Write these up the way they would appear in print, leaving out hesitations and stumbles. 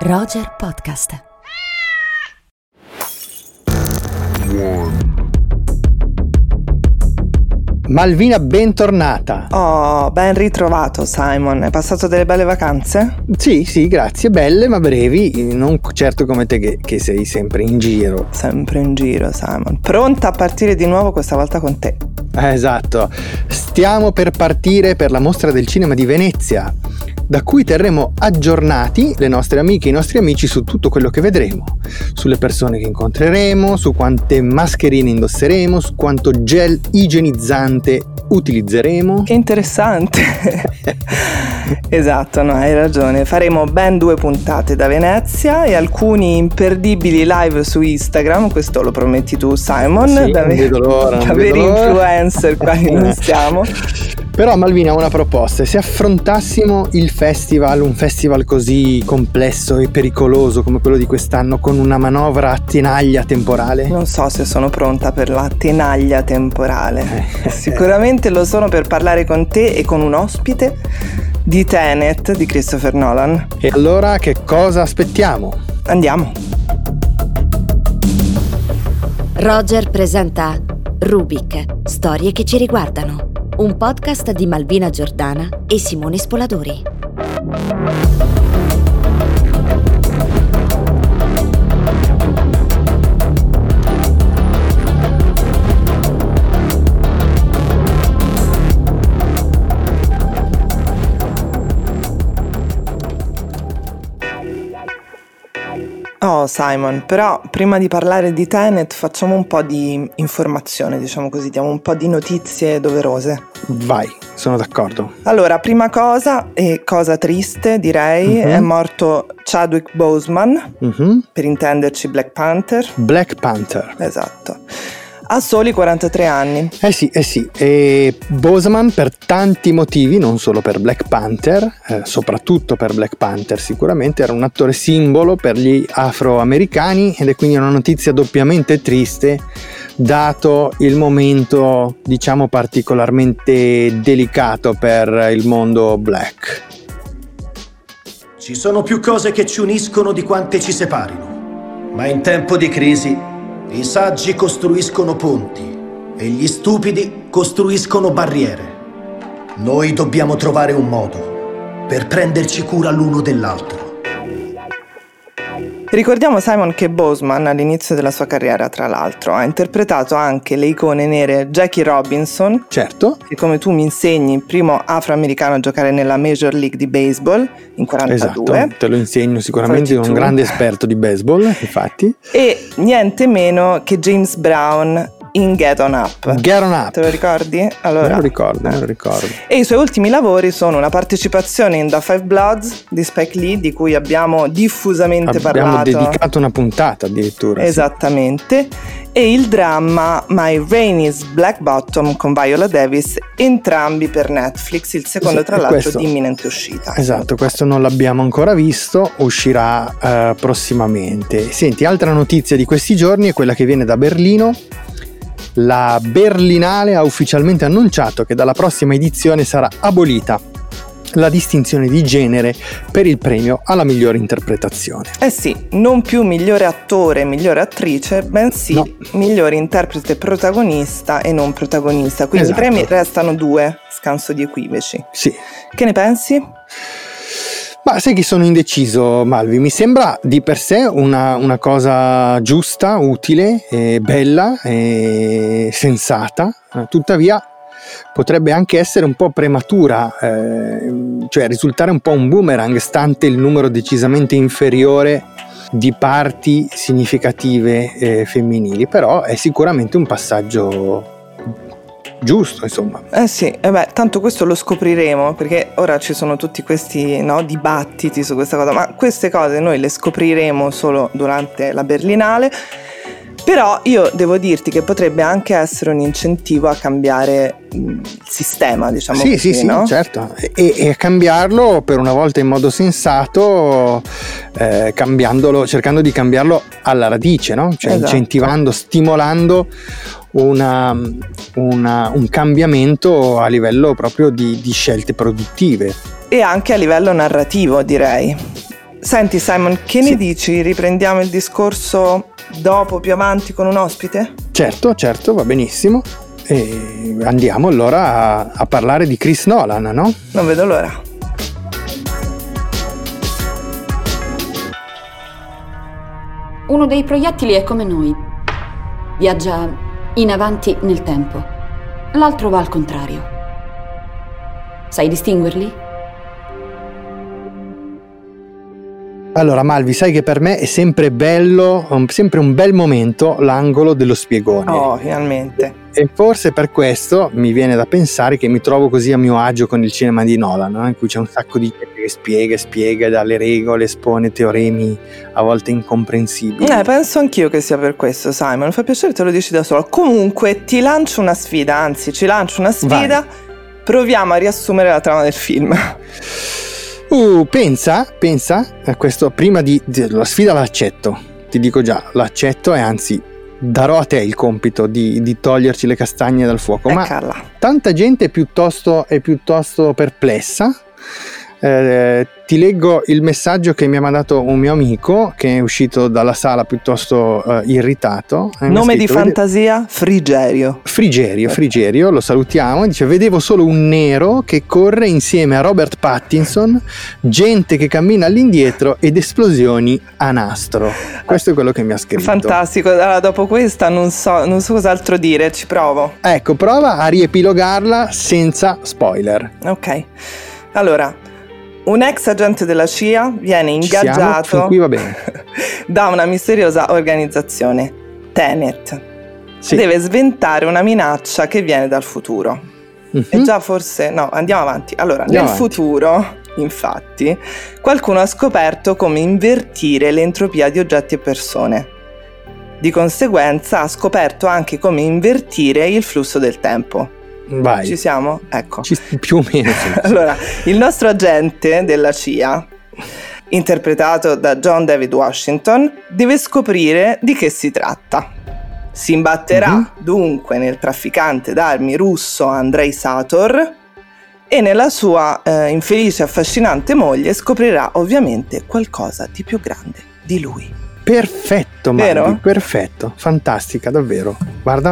Roger Podcast. Malvina, bentornata. Oh, ben ritrovato Simon, hai passato delle belle vacanze? Sì, grazie, belle ma brevi, non certo come te che sei sempre in giro. Sempre in giro Simon, pronta a partire di nuovo questa volta con te. Esatto, stiamo per partire per la Mostra del Cinema di Venezia, da cui terremo aggiornati le nostre amiche e i nostri amici su tutto quello che vedremo, sulle persone che incontreremo, su quante mascherine indosseremo, su quanto gel igienizzante utilizzeremo. Che interessante. Esatto, no, hai ragione. Faremo ben 2 puntate da Venezia e alcuni imperdibili live su Instagram, questo lo prometti tu Simon, sì, da vedo l'ora, veri influencer quali non siamo. Però Malvina, una proposta: se affrontassimo il festival, un festival così complesso e pericoloso come quello di quest'anno, con una manovra a tenaglia temporale? Non so se sono pronta per la tenaglia temporale. Sicuramente lo sono per parlare con te e con un ospite di Tenet di Christopher Nolan. E allora che cosa aspettiamo? Andiamo. Roger presenta Rubik, storie che ci riguardano. Un podcast di Malvina Giordana e Simone Spoladori. Oh Simon, però prima di parlare di Tenet facciamo un po' di informazione, diciamo così, diamo un po' di notizie doverose. Vai, sono d'accordo. Allora, prima cosa, e cosa triste direi, è morto Chadwick Boseman, per intenderci Black Panther. Black Panther. Esatto. Ha soli 43 anni. Eh sì. E Boseman per tanti motivi, non solo per Black Panther, soprattutto per Black Panther sicuramente, era un attore simbolo per gli afroamericani ed è quindi una notizia doppiamente triste, dato il momento, diciamo, particolarmente delicato per il mondo black. Ci sono più cose che ci uniscono di quante ci separino, ma in tempo di crisi i saggi costruiscono ponti e gli stupidi costruiscono barriere. Noi dobbiamo trovare un modo per prenderci cura l'uno dell'altro. Ricordiamo Simon che Boseman all'inizio della sua carriera, tra l'altro, ha interpretato anche le icone nere Jackie Robinson, certo, che come tu mi insegni, il primo afroamericano a giocare nella Major League di baseball in 42. Esatto, te lo insegno sicuramente, sono un grande esperto di baseball, infatti. E niente meno che James Brown in Get On Up. Get On Up. Te lo ricordi? Allora, me lo ricordo. E i suoi ultimi lavori sono una partecipazione in The Five Bloods di Spike Lee, di cui abbiamo diffusamente parlato. Abbiamo dedicato una puntata addirittura. Esattamente. Sì. E il dramma My Rain is Black Bottom con Viola Davis, entrambi per Netflix, il secondo tra l'altro di imminente uscita. Esatto, questo non l'abbiamo ancora visto, uscirà prossimamente. Senti, altra notizia di questi giorni è quella che viene da Berlino. La Berlinale ha ufficialmente annunciato che dalla prossima edizione sarà abolita la distinzione di genere per il premio alla migliore interpretazione. Eh sì, non più migliore attore e migliore attrice, bensì migliore interprete protagonista e non protagonista. Quindi esatto. I premi restano 2, scanso di equivoci. Sì. Che ne pensi? Ma sai che sono indeciso, Malvi, mi sembra di per sé una cosa giusta, utile, bella e sensata, tuttavia potrebbe anche essere un po' prematura, cioè risultare un po' un boomerang stante il numero decisamente inferiore di parti significative femminili, però è sicuramente un passaggio giusto, insomma. Sì, tanto questo lo scopriremo, perché ora ci sono tutti questi dibattiti su questa cosa, ma queste cose noi le scopriremo solo durante la Berlinale. Però io devo dirti che potrebbe anche essere un incentivo a cambiare il sistema, diciamo così, sì, no? Certo, e a cambiarlo per una volta in modo sensato, cercando di cambiarlo alla radice, no? Cioè esatto. Incentivando, stimolando un cambiamento a livello proprio di scelte produttive. E anche a livello narrativo, direi. Senti Simon, che ne dici? Riprendiamo il discorso dopo, più avanti, con un ospite? Certo, va benissimo. E andiamo allora a parlare di Chris Nolan, no? Non vedo l'ora. Uno dei proiettili è come noi. Viaggia in avanti nel tempo. L'altro va al contrario. Sai distinguerli? Allora Malvi, sai che per me è sempre bello, sempre un bel momento l'angolo dello spiegone. Oh, finalmente. E forse per questo mi viene da pensare che mi trovo così a mio agio con il cinema di Nolan, no? In cui c'è un sacco di gente che spiega dalle regole, espone teoremi a volte incomprensibili. Penso anch'io che sia per questo, Simon. Fa piacere, te lo dici da solo. Comunque ti lancio una sfida, anzi ci lancio una sfida. Vai. Proviamo a riassumere la trama del film. Pensa a questo, prima di la sfida l'accetto, ti dico già, l'accetto e anzi darò a te il compito di toglierci le castagne dal fuoco. Ma tanta gente è piuttosto perplessa. Ti leggo il messaggio che mi ha mandato un mio amico che è uscito dalla sala piuttosto irritato. Nome di fantasia? Frigerio, lo salutiamo. Dice: vedevo solo un nero che corre insieme a Robert Pattinson, gente che cammina all'indietro ed esplosioni a nastro. Questo è quello che mi ha scritto. Fantastico. Allora, dopo questa non so cos'altro dire, ci provo. Ecco, prova a riepilogarla senza spoiler. Ok, allora, un ex agente della CIA viene ingaggiato fin qui va bene. da una misteriosa organizzazione, Tenet. Sì. Deve sventare una minaccia che viene dal futuro. E già forse... No, andiamo avanti. Allora, nel futuro, infatti, qualcuno ha scoperto come invertire l'entropia di oggetti e persone. Di conseguenza ha scoperto anche come invertire il flusso del tempo. Vai. Ci siamo? Ecco. Più o meno. Allora, il nostro agente della CIA, interpretato da John David Washington, deve scoprire di che si tratta. Si imbatterà dunque nel trafficante d'armi russo Andrei Sator e nella sua infelice e affascinante moglie scoprirà ovviamente qualcosa di più grande di lui. Perfetto, Malvi, perfetto, fantastica, davvero. Guarda.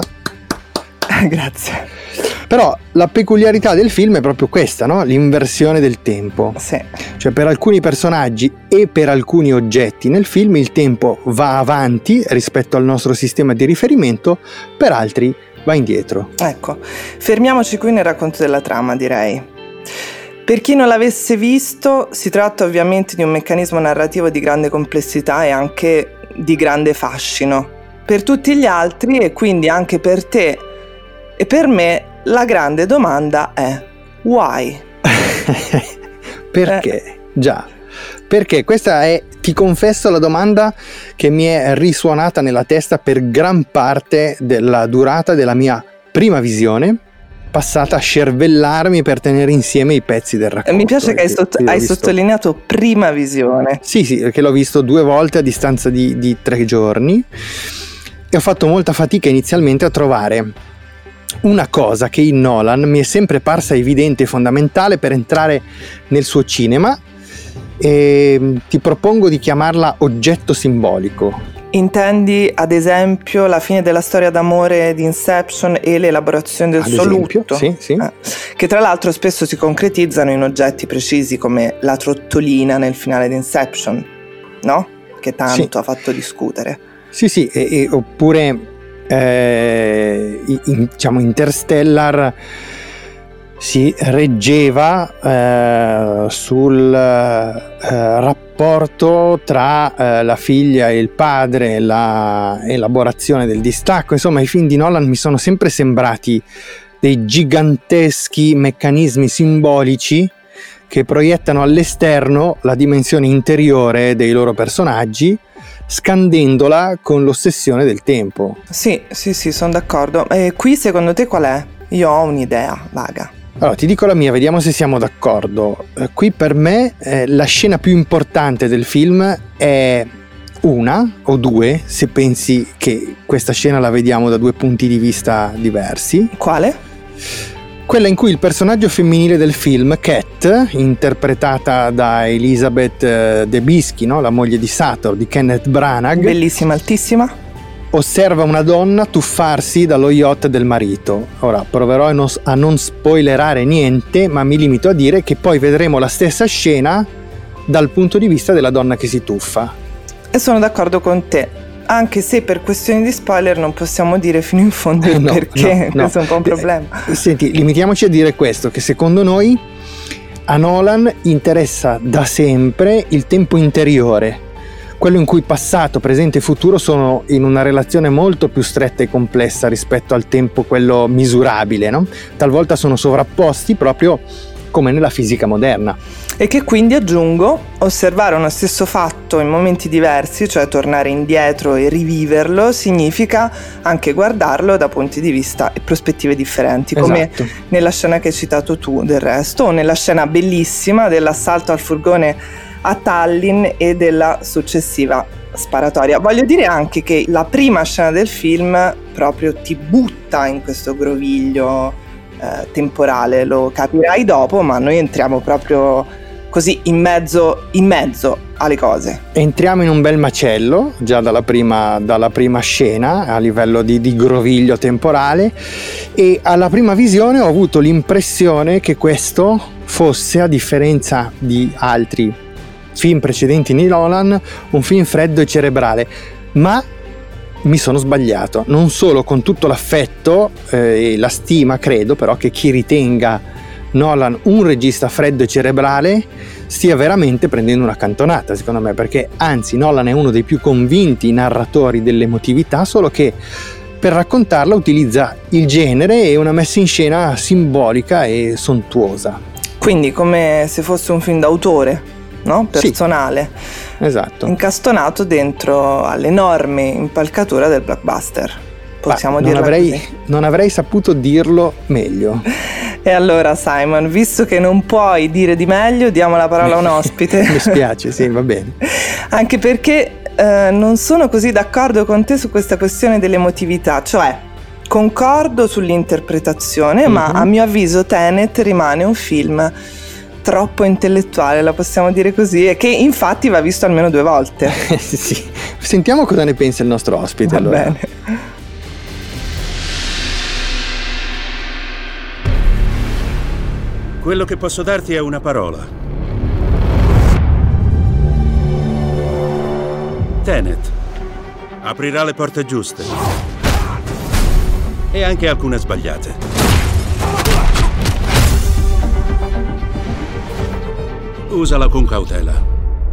Grazie. Però la peculiarità del film è proprio questa, no? L'inversione del tempo. Sì. Cioè, per alcuni personaggi e per alcuni oggetti nel film il tempo va avanti rispetto al nostro sistema di riferimento, per altri va indietro. Ecco, fermiamoci qui nel racconto della trama, direi. Per chi non l'avesse visto, si tratta ovviamente di un meccanismo narrativo di grande complessità e anche di grande fascino. Per tutti gli altri, e quindi anche per te e per me, la grande domanda è: why? Perché? Già. Perché questa è, ti confesso, la domanda che mi è risuonata nella testa per gran parte della durata della mia prima visione, passata a scervellarmi per tenere insieme i pezzi del racconto. Mi piace che hai sottolineato prima visione. Sì, perché l'ho visto 2 volte a distanza di 3 giorni e ho fatto molta fatica inizialmente a trovare una cosa che in Nolan mi è sempre parsa evidente e fondamentale per entrare nel suo cinema, e ti propongo di chiamarla oggetto simbolico. Intendi ad esempio la fine della storia d'amore di Inception e l'elaborazione del suo lutto? Sì. Che tra l'altro spesso si concretizzano in oggetti precisi come la trottolina nel finale di Inception, no? Che tanto ha fatto discutere. Sì, oppure diciamo Interstellar si reggeva sul rapporto tra la figlia e il padre, la elaborazione del distacco. Insomma, i film di Nolan mi sono sempre sembrati dei giganteschi meccanismi simbolici che proiettano all'esterno la dimensione interiore dei loro personaggi, scandendola con l'ossessione del tempo. Sì, sono d'accordo. E qui secondo te qual è? Io ho un'idea vaga. Allora, ti dico la mia, vediamo se siamo d'accordo. Qui per me la scena più importante del film è una o due, se pensi che questa scena la vediamo da 2 punti di vista diversi. Quale? quella in cui il personaggio femminile del film, Cat, interpretata da Elizabeth Debicki, no? La moglie di Sator, di Kenneth Branagh, bellissima, altissima, osserva una donna tuffarsi dallo yacht del marito. Ora proverò a non spoilerare niente, ma mi limito a dire che poi vedremo la stessa scena dal punto di vista della donna che si tuffa. E sono d'accordo con te, anche se per questioni di spoiler non possiamo dire fino in fondo il perché, questo è un po' un problema. Senti, limitiamoci a dire questo, che secondo noi a Nolan interessa da sempre il tempo interiore, quello in cui passato, presente e futuro sono in una relazione molto più stretta e complessa rispetto al tempo quello misurabile, no? Talvolta sono sovrapposti proprio come nella fisica moderna. E che quindi, aggiungo, osservare uno stesso fatto in momenti diversi, cioè tornare indietro e riviverlo, significa anche guardarlo da punti di vista e prospettive differenti, come esatto. Nella scena che hai citato tu del resto, o nella scena bellissima dell'assalto al furgone a Tallinn e della successiva sparatoria. Voglio dire anche che la prima scena del film proprio ti butta in questo groviglio temporale, lo capirai dopo, ma noi entriamo proprio così in mezzo alle cose. Entriamo in un bel macello già dalla prima scena a livello di groviglio temporale, e alla prima visione ho avuto l'impressione che questo fosse, a differenza di altri film precedenti di Nolan, un film freddo e cerebrale, ma mi sono sbagliato, non solo con tutto l'affetto e la stima, credo però che chi ritenga Nolan un regista freddo e cerebrale stia veramente prendendo una cantonata, secondo me, perché anzi Nolan è uno dei più convinti narratori dell'emotività, solo che per raccontarla utilizza il genere e una messa in scena simbolica e sontuosa. Quindi come se fosse un film d'autore, no? Personale. Sì, esatto. Incastonato dentro all'enorme impalcatura del blockbuster. Possiamo dirlo così. Non avrei saputo dirlo meglio. E allora, Simon, visto che non puoi dire di meglio, diamo la parola a un ospite. Mi spiace, sì, va bene. Anche perché non sono così d'accordo con te su questa questione dell'emotività, cioè concordo sull'interpretazione, ma a mio avviso Tenet rimane un film troppo intellettuale, la possiamo dire così, e che infatti va visto almeno 2 volte. Sì. Sentiamo cosa ne pensa il nostro ospite. Va allora. bene. Quello che posso darti è una parola. Tenet aprirà le porte giuste e anche alcune sbagliate. Usala con cautela.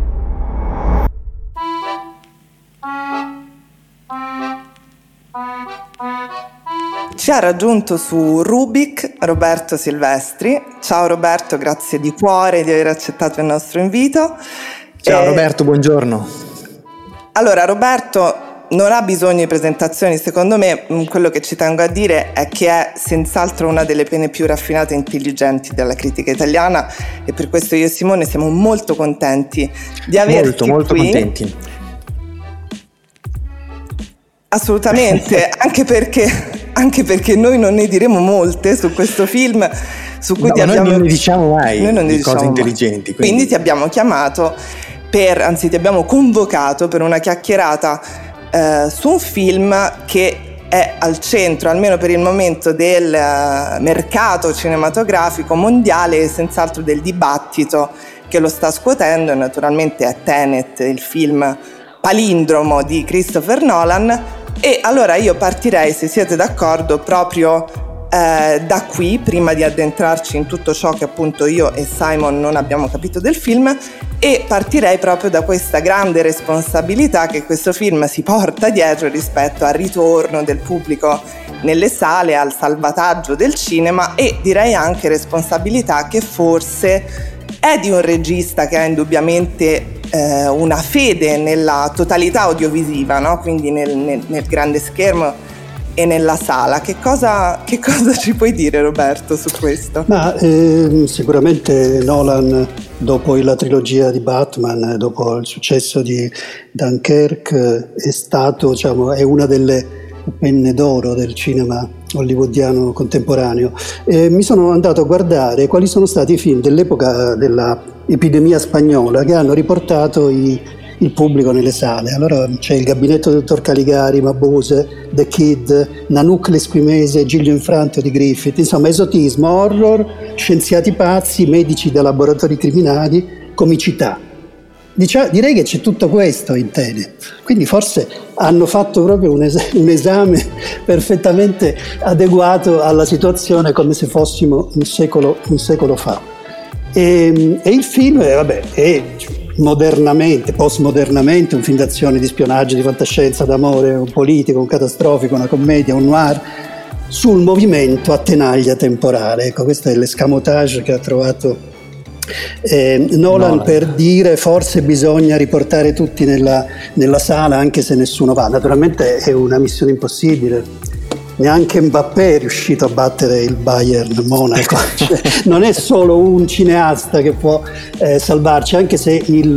Ci ha raggiunto su Rubik Roberto Silvestri. Ciao Roberto, grazie di cuore di aver accettato il nostro invito. Ciao Roberto, buongiorno. Allora, Roberto non ha bisogno di presentazioni, secondo me. Quello che ci tengo a dire è che è senz'altro una delle pene più raffinate e intelligenti della critica italiana, e per questo io e Simone siamo molto contenti di averti molto qui. contenti. Assolutamente, anche perché noi non ne diremo molte su questo film, su cui noi non ne diciamo mai cose intelligenti. Quindi ti abbiamo chiamato ti abbiamo convocato per una chiacchierata su un film che è al centro, almeno per il momento, del mercato cinematografico mondiale e senz'altro del dibattito che lo sta scuotendo, e naturalmente è Tenet, il film palindromo di Christopher Nolan. E allora io partirei, se siete d'accordo, proprio da qui, prima di addentrarci in tutto ciò che appunto io e Simon non abbiamo capito del film, e partirei proprio da questa grande responsabilità che questo film si porta dietro rispetto al ritorno del pubblico nelle sale, al salvataggio del cinema, e direi anche responsabilità che forse è di un regista che ha indubbiamente una fede nella totalità audiovisiva, no? Quindi nel grande schermo e nella sala. Che cosa ci puoi dire, Roberto, su questo? Sicuramente Nolan, dopo la trilogia di Batman, dopo il successo di Dunkirk, è stato, è una delle penne d'oro del cinema hollywoodiano contemporaneo. Mi sono andato a guardare quali sono stati i film dell'epoca dell'epidemia spagnola che hanno riportato il pubblico nelle sale. Allora c'è Il gabinetto del dottor Caligari, Mabuse, The Kid, Nanook l'esquimese, Giglio Infranteo di Griffith, insomma esotismo, horror, scienziati pazzi, medici da laboratori criminali, comicità. Direi che c'è tutto questo in Tenet, quindi forse hanno fatto proprio un esame perfettamente adeguato alla situazione, come se fossimo un secolo fa. E il film è postmodernamente un film d'azione, di spionaggio, di fantascienza, d'amore, un politico, un catastrofico, una commedia, un noir sul movimento a tenaglia temporale. Ecco, questo è l'escamotage che ha trovato Nolan per dire forse bisogna riportare tutti nella sala anche se nessuno va. Naturalmente è una missione impossibile, neanche Mbappé è riuscito a battere il Bayern Monaco. Cioè, non è solo un cineasta che può salvarci, anche se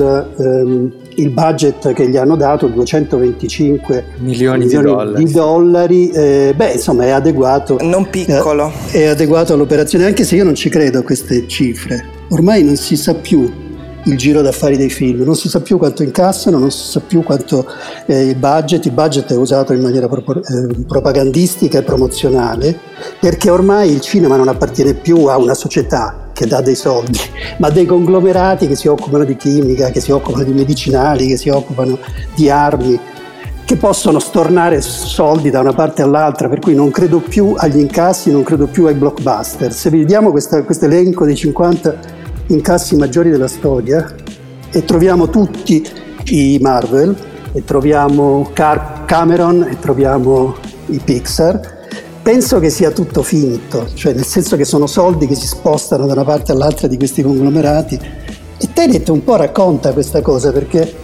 il budget che gli hanno dato, 225 milioni di dollari, insomma è adeguato, non piccolo, è adeguato all'operazione, anche se io non ci credo a queste cifre. Ormai non si sa più il giro d'affari dei film, non si sa più quanto incassano, non si sa più quanto il budget è usato in maniera propagandistica e promozionale, perché ormai il cinema non appartiene più a una società che dà dei soldi, ma dei conglomerati che si occupano di chimica, che si occupano di medicinali, che si occupano di armi, che possono stornare soldi da una parte all'altra, per cui non credo più agli incassi, non credo più ai blockbuster. Se vediamo questo elenco dei 50 incassi maggiori della storia e troviamo tutti i Marvel e troviamo Cameron e troviamo i Pixar, penso che sia tutto finto, cioè nel senso che sono soldi che si spostano da una parte all'altra di questi conglomerati. E Tenet un po' racconta questa cosa, perché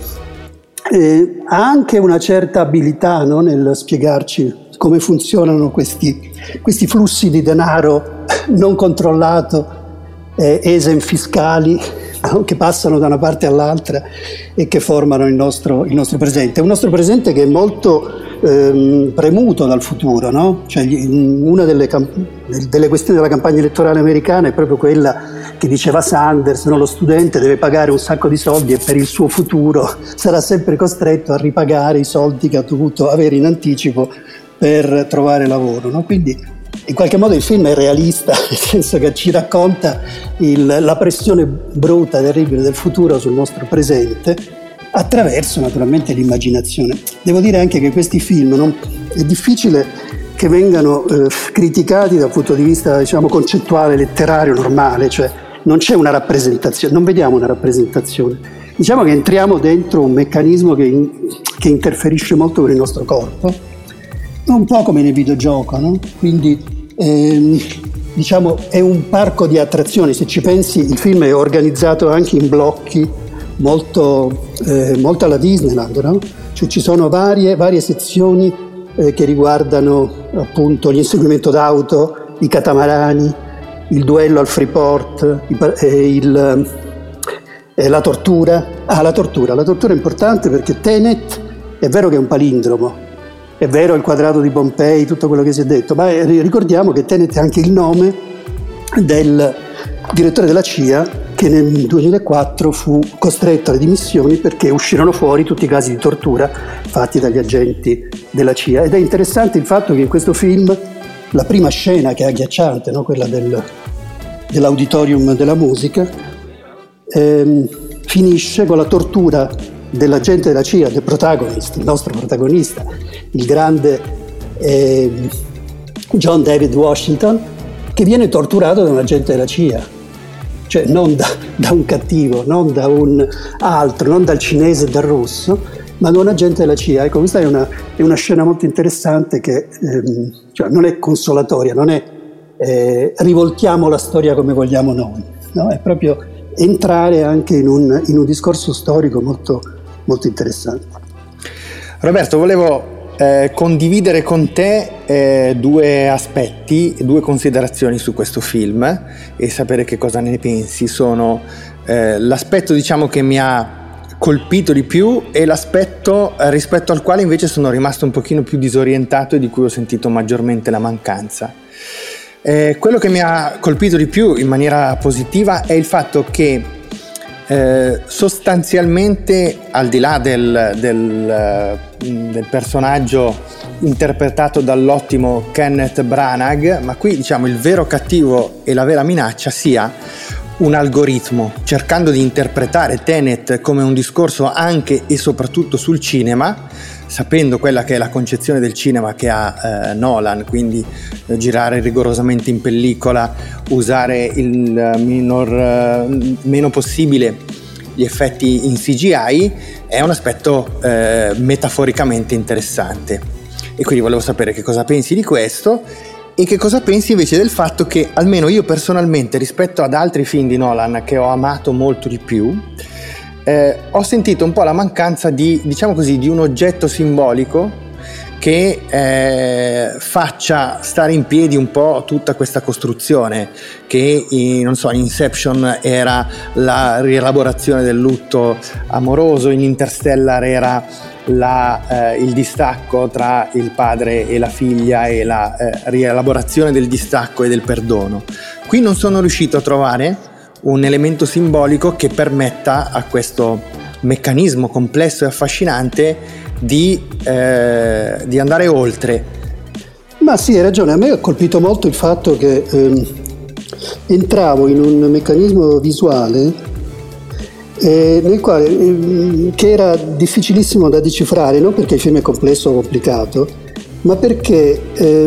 ha anche una certa abilità, no, nel spiegarci come funzionano questi flussi di denaro non controllato, esen fiscali, no, che passano da una parte all'altra e che formano il nostro presente. Un nostro presente che è molto premuto dal futuro, no? Cioè, una delle questioni della campagna elettorale americana è proprio quella che diceva Sanders, no? Lo studente deve pagare un sacco di soldi e per il suo futuro sarà sempre costretto a ripagare i soldi che ha dovuto avere in anticipo per trovare lavoro, no? Quindi in qualche modo il film è realista, nel senso che ci racconta la pressione brutta, terribile del futuro sul nostro presente, attraverso naturalmente l'immaginazione. Devo dire anche che questi film è difficile che vengano criticati dal punto di vista, diciamo, concettuale, letterario, normale, cioè non c'è una rappresentazione, non vediamo una rappresentazione. Diciamo che entriamo dentro un meccanismo che interferisce molto con il nostro corpo, un po' come nel videogioco, no? Quindi diciamo è un parco di attrazioni. Se ci pensi, il film è organizzato anche in blocchi molto alla Disneyland, no? Cioè ci sono varie sezioni che riguardano appunto l'inseguimento d'auto, i catamarani, il duello al Freeport, la tortura. La tortura è importante perché Tenet è vero che è un palindromo, è vero il quadrato di Pompei, tutto quello che si è detto, ma ricordiamo che Tenet è anche il nome del direttore della CIA che nel 2004 fu costretto alle dimissioni perché uscirono fuori tutti i casi di tortura fatti dagli agenti della CIA. Ed è interessante il fatto che in questo film la prima scena, che è agghiacciante, no? Quella dell'auditorium della musica, finisce con la tortura dell'agente della CIA, del protagonista, il nostro protagonista, il grande John David Washington, che viene torturato da un agente della CIA, cioè non da un cattivo, non da un altro, non dal cinese e dal russo, ma da un agente della CIA. Ecco, questa è una scena molto interessante che cioè non è consolatoria, non è rivoltiamo la storia come vogliamo noi, no? È proprio entrare anche in un discorso storico molto, molto interessante. Roberto, volevo condividere con te due aspetti, due considerazioni su questo film e sapere che cosa ne pensi. Sono l'aspetto, diciamo, che mi ha colpito di più e l'aspetto rispetto al quale invece sono rimasto un pochino più disorientato e di cui ho sentito maggiormente la mancanza. Quello che mi ha colpito di più in maniera positiva è il fatto che sostanzialmente, al di là del personaggio interpretato dall'ottimo Kenneth Branagh, ma qui diciamo il vero cattivo e la vera minaccia sia un algoritmo, cercando di interpretare Tenet come un discorso anche e soprattutto sul cinema, sapendo quella che è la concezione del cinema che ha Nolan, quindi girare rigorosamente in pellicola, usare il meno possibile gli effetti in CGI, è un aspetto metaforicamente interessante. E quindi volevo sapere che cosa pensi di questo e che cosa pensi invece del fatto che, almeno io personalmente, rispetto ad altri film di Nolan che ho amato molto di più, ho sentito un po' la mancanza di, diciamo così, di un oggetto simbolico che faccia stare in piedi un po' tutta questa costruzione che in Inception era la rielaborazione del lutto amoroso, in Interstellar era il distacco tra il padre e la figlia e la rielaborazione del distacco e del perdono. Qui non sono riuscito a trovare un elemento simbolico che permetta a questo meccanismo complesso e affascinante di andare oltre. Ma sì, hai ragione, a me ha colpito molto il fatto che entravo in un meccanismo visuale nel quale che era difficilissimo da decifrare, non perché il film è complesso o complicato, ma perché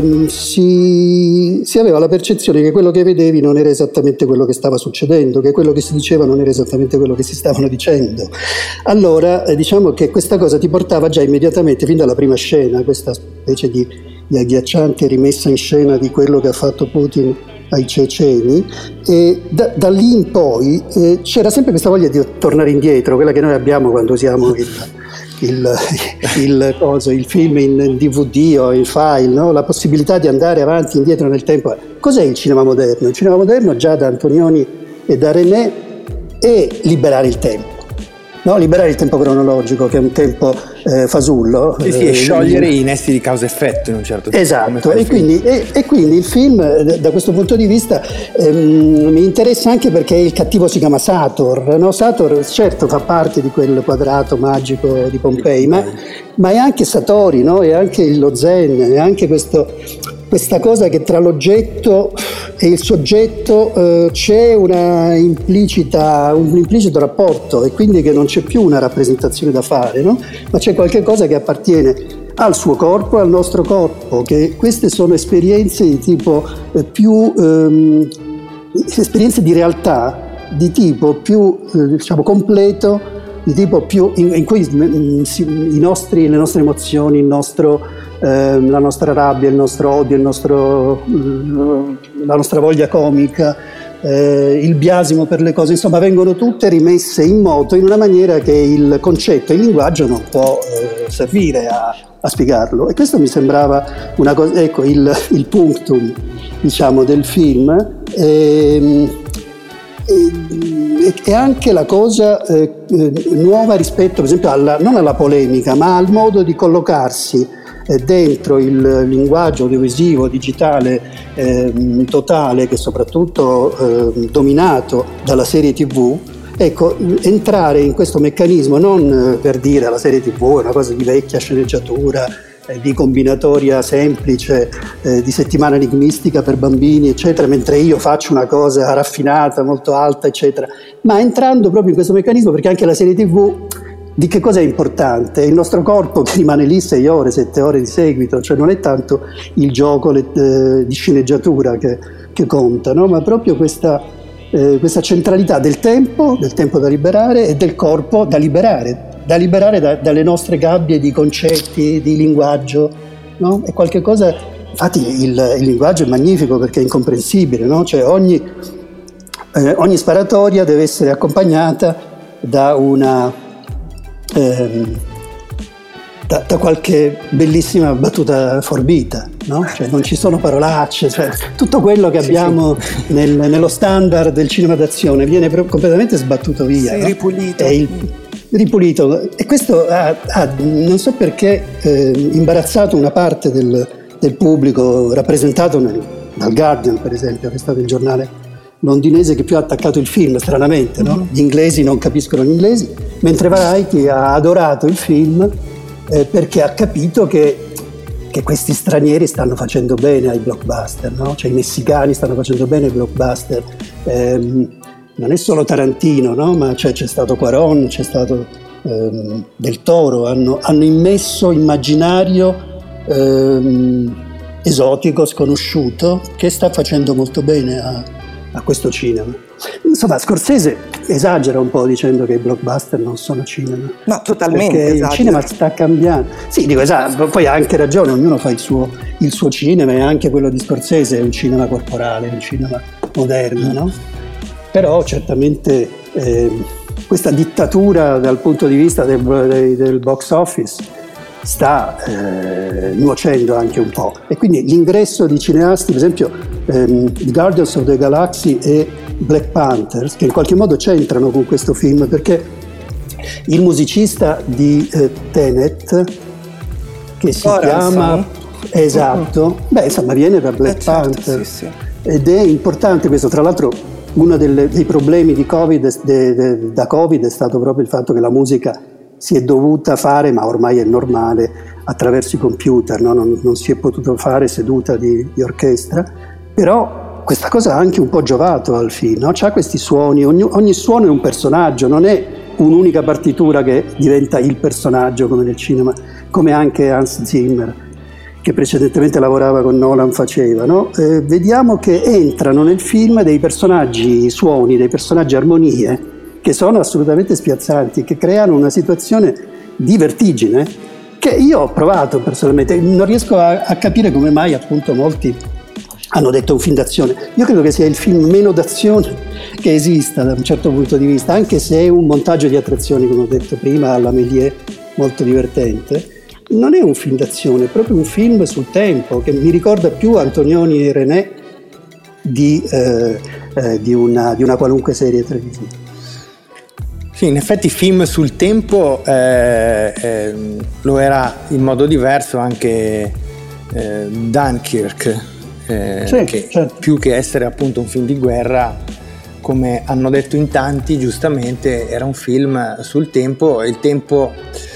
si aveva la percezione che quello che vedevi non era esattamente quello che stava succedendo, che quello che si diceva non era esattamente quello che si stavano dicendo. Allora diciamo che questa cosa ti portava già immediatamente, fin dalla prima scena, questa specie di agghiacciante rimessa in scena di quello che ha fatto Putin ai ceceni, e da lì in poi c'era sempre questa voglia di tornare indietro, quella che noi abbiamo quando usiamo il film in DVD o in file, no? La possibilità di andare avanti e indietro nel tempo. Cos'è il cinema moderno? Il cinema moderno, già da Antonioni e da René, è liberare il tempo. No, liberare il tempo cronologico, che è un tempo fasullo. Sì, e sciogliere i nesti di causa-effetto in un certo senso. Esatto, e quindi il film da questo punto di vista mi interessa anche perché il cattivo si chiama Sator, no? Sator certo fa parte di quel quadrato magico di Pompei, ma è anche Satori, no? È anche lo Zen, è anche questa cosa che tra l'oggetto e il soggetto c'è un implicito rapporto, e quindi che non c'è più una rappresentazione da fare, no? Ma c'è qualche cosa che appartiene al suo corpo e al nostro corpo, che queste sono esperienze di tipo esperienze di realtà di tipo più diciamo completo, di tipo più in cui le nostre emozioni, la nostra rabbia, il nostro odio, la nostra voglia comica, il biasimo per le cose, insomma vengono tutte rimesse in moto in una maniera che il concetto, il linguaggio non può servire a spiegarlo. E questo mi sembrava una cosa, ecco, il punctum, diciamo, del film. E anche la cosa nuova rispetto, per esempio, non alla polemica, ma al modo di collocarsi dentro il linguaggio audiovisivo digitale totale, che è soprattutto dominato dalla serie TV. Ecco, entrare in questo meccanismo non per dire la serie TV è una cosa di vecchia sceneggiatura, di combinatoria semplice, di settimana enigmistica per bambini, eccetera, mentre io faccio una cosa raffinata, molto alta, eccetera, ma entrando proprio in questo meccanismo, perché anche la serie TV di che cosa è importante? Il nostro corpo che rimane lì 6 ore, 7 ore di seguito, cioè non è tanto il gioco di sceneggiatura che conta, no? Ma proprio questa centralità del tempo da liberare e del corpo da liberare dalle nostre gabbie di concetti, di linguaggio, no? È qualche cosa, infatti il linguaggio è magnifico perché è incomprensibile, no? Cioè ogni sparatoria deve essere accompagnata da da qualche bellissima battuta forbita, no? Cioè non ci sono parolacce, cioè tutto quello che abbiamo nello standard del cinema d'azione viene completamente sbattuto via, no? Ripulito. ripulito, e questo ha non so perché imbarazzato una parte del pubblico rappresentato dal Guardian, per esempio, che è stato il giornale londinese che più ha attaccato il film, stranamente, no? Gli inglesi non capiscono gli inglesi, mentre Variety ha adorato il film perché ha capito che questi stranieri stanno facendo bene ai blockbuster, no? Cioè i messicani stanno facendo bene ai blockbuster. Non è solo Tarantino, no? Ma c'è stato Cuarón, c'è stato Del Toro, hanno immesso immaginario esotico, sconosciuto, che sta facendo molto bene a questo cinema. Insomma, Scorsese esagera un po' dicendo che i blockbuster non sono cinema. No, totalmente perché esagera. Il cinema sta cambiando. Sì, dico esatto, poi ha anche ragione, ognuno fa il suo cinema, e anche quello di Scorsese è un cinema corporale, un cinema moderno, no? Però certamente questa dittatura dal punto di vista del box office sta nuocendo anche un po', e quindi l'ingresso di cineasti, per esempio The Guardians of the Galaxy e Black Panthers, che in qualche modo c'entrano con questo film, perché il musicista di Tenet, che si chiama esatto, insomma viene da Black Panther, sì. Ed è importante questo. Tra l'altro uno dei problemi di da Covid è stato proprio il fatto che la musica si è dovuta fare, ma ormai è normale, attraverso i computer, no? Non si è potuto fare seduta di orchestra, però questa cosa ha anche un po' giovato al film, no? C'ha questi suoni, ogni suono è un personaggio, non è un'unica partitura che diventa il personaggio come nel cinema, come anche Hans Zimmer, che precedentemente lavorava con Nolan, faceva, no? Vediamo che entrano nel film dei personaggi suoni, dei personaggi armonie, che sono assolutamente spiazzanti, che creano una situazione di vertigine che io ho provato personalmente. Non riesco a capire come mai appunto molti hanno detto un film d'azione. Io credo che sia il film meno d'azione che esista da un certo punto di vista, anche se è un montaggio di attrazioni, come ho detto prima, alla Méliès, molto divertente. Non è un film d'azione, è proprio un film sul tempo, che mi ricorda più Antonioni e René di una qualunque serie televisiva. Sì, in effetti film sul tempo lo era in modo diverso anche Dunkirk, che certo. Più che essere appunto un film di guerra, come hanno detto in tanti giustamente, era un film sul tempo, e il tempo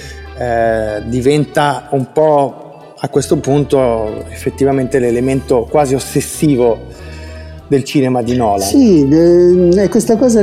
diventa un po' a questo punto effettivamente l'elemento quasi ossessivo del cinema di Nolan. Sì, è questa cosa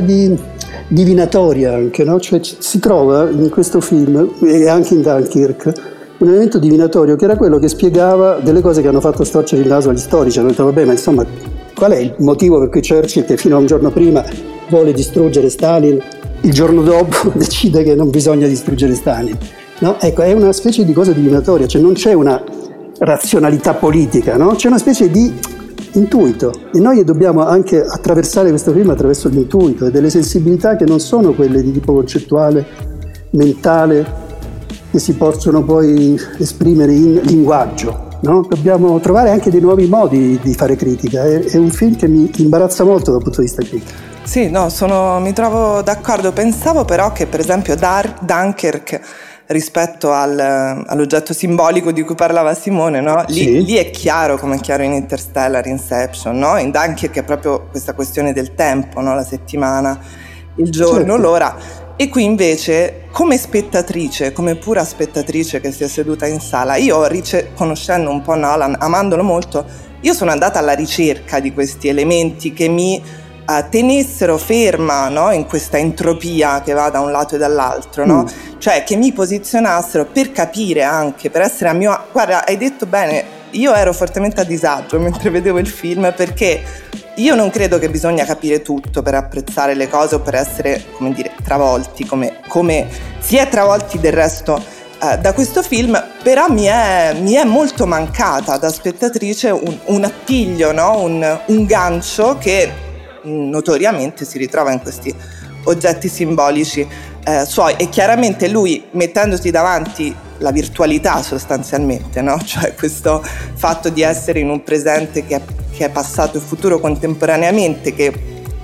divinatoria anche, no? Cioè si trova in questo film, e anche in Dunkirk, un elemento divinatorio che era quello che spiegava delle cose che hanno fatto storcere il naso agli storici. Hanno detto vabbè, ma insomma, qual è il motivo per cui Churchill, che fino a un giorno prima vuole distruggere Stalin, il giorno dopo decide che non bisogna distruggere Stalin, no? Ecco, è una specie di cosa divinatoria, cioè non c'è una razionalità politica, no? C'è una specie di intuito, e noi dobbiamo anche attraversare questo film attraverso l'intuito e delle sensibilità che non sono quelle di tipo concettuale, mentale, che si possono poi esprimere in linguaggio, no? Dobbiamo trovare anche dei nuovi modi di fare critica. È un film che mi imbarazza molto dal punto di vista critico. Sì, no, mi trovo d'accordo. Pensavo però che per esempio Dunkirk, rispetto all'oggetto simbolico di cui parlava Simone, no? Lì è chiaro, come è chiaro in Interstellar, Inception, no? In Dunkirk è proprio questa questione del tempo, no? La settimana, il giorno, certo. L'ora. E qui invece, come spettatrice, come pura spettatrice che si è seduta in sala, io conoscendo un po' Nolan, amandolo molto, io sono andata alla ricerca di questi elementi che mi tenessero ferma, no? In questa entropia che va da un lato e dall'altro, no? Cioè che mi posizionassero per capire anche, per essere a mio... Guarda, hai detto bene, io ero fortemente a disagio mentre vedevo il film, perché io non credo che bisogna capire tutto per apprezzare le cose o per essere, come dire, travolti, come si è travolti del resto da questo film, però mi è molto mancata da spettatrice un appiglio, no? Un gancio che notoriamente si ritrova in questi oggetti simbolici suoi, e chiaramente lui, mettendosi davanti la virtualità sostanzialmente, no? Cioè questo fatto di essere in un presente che è passato e futuro contemporaneamente, che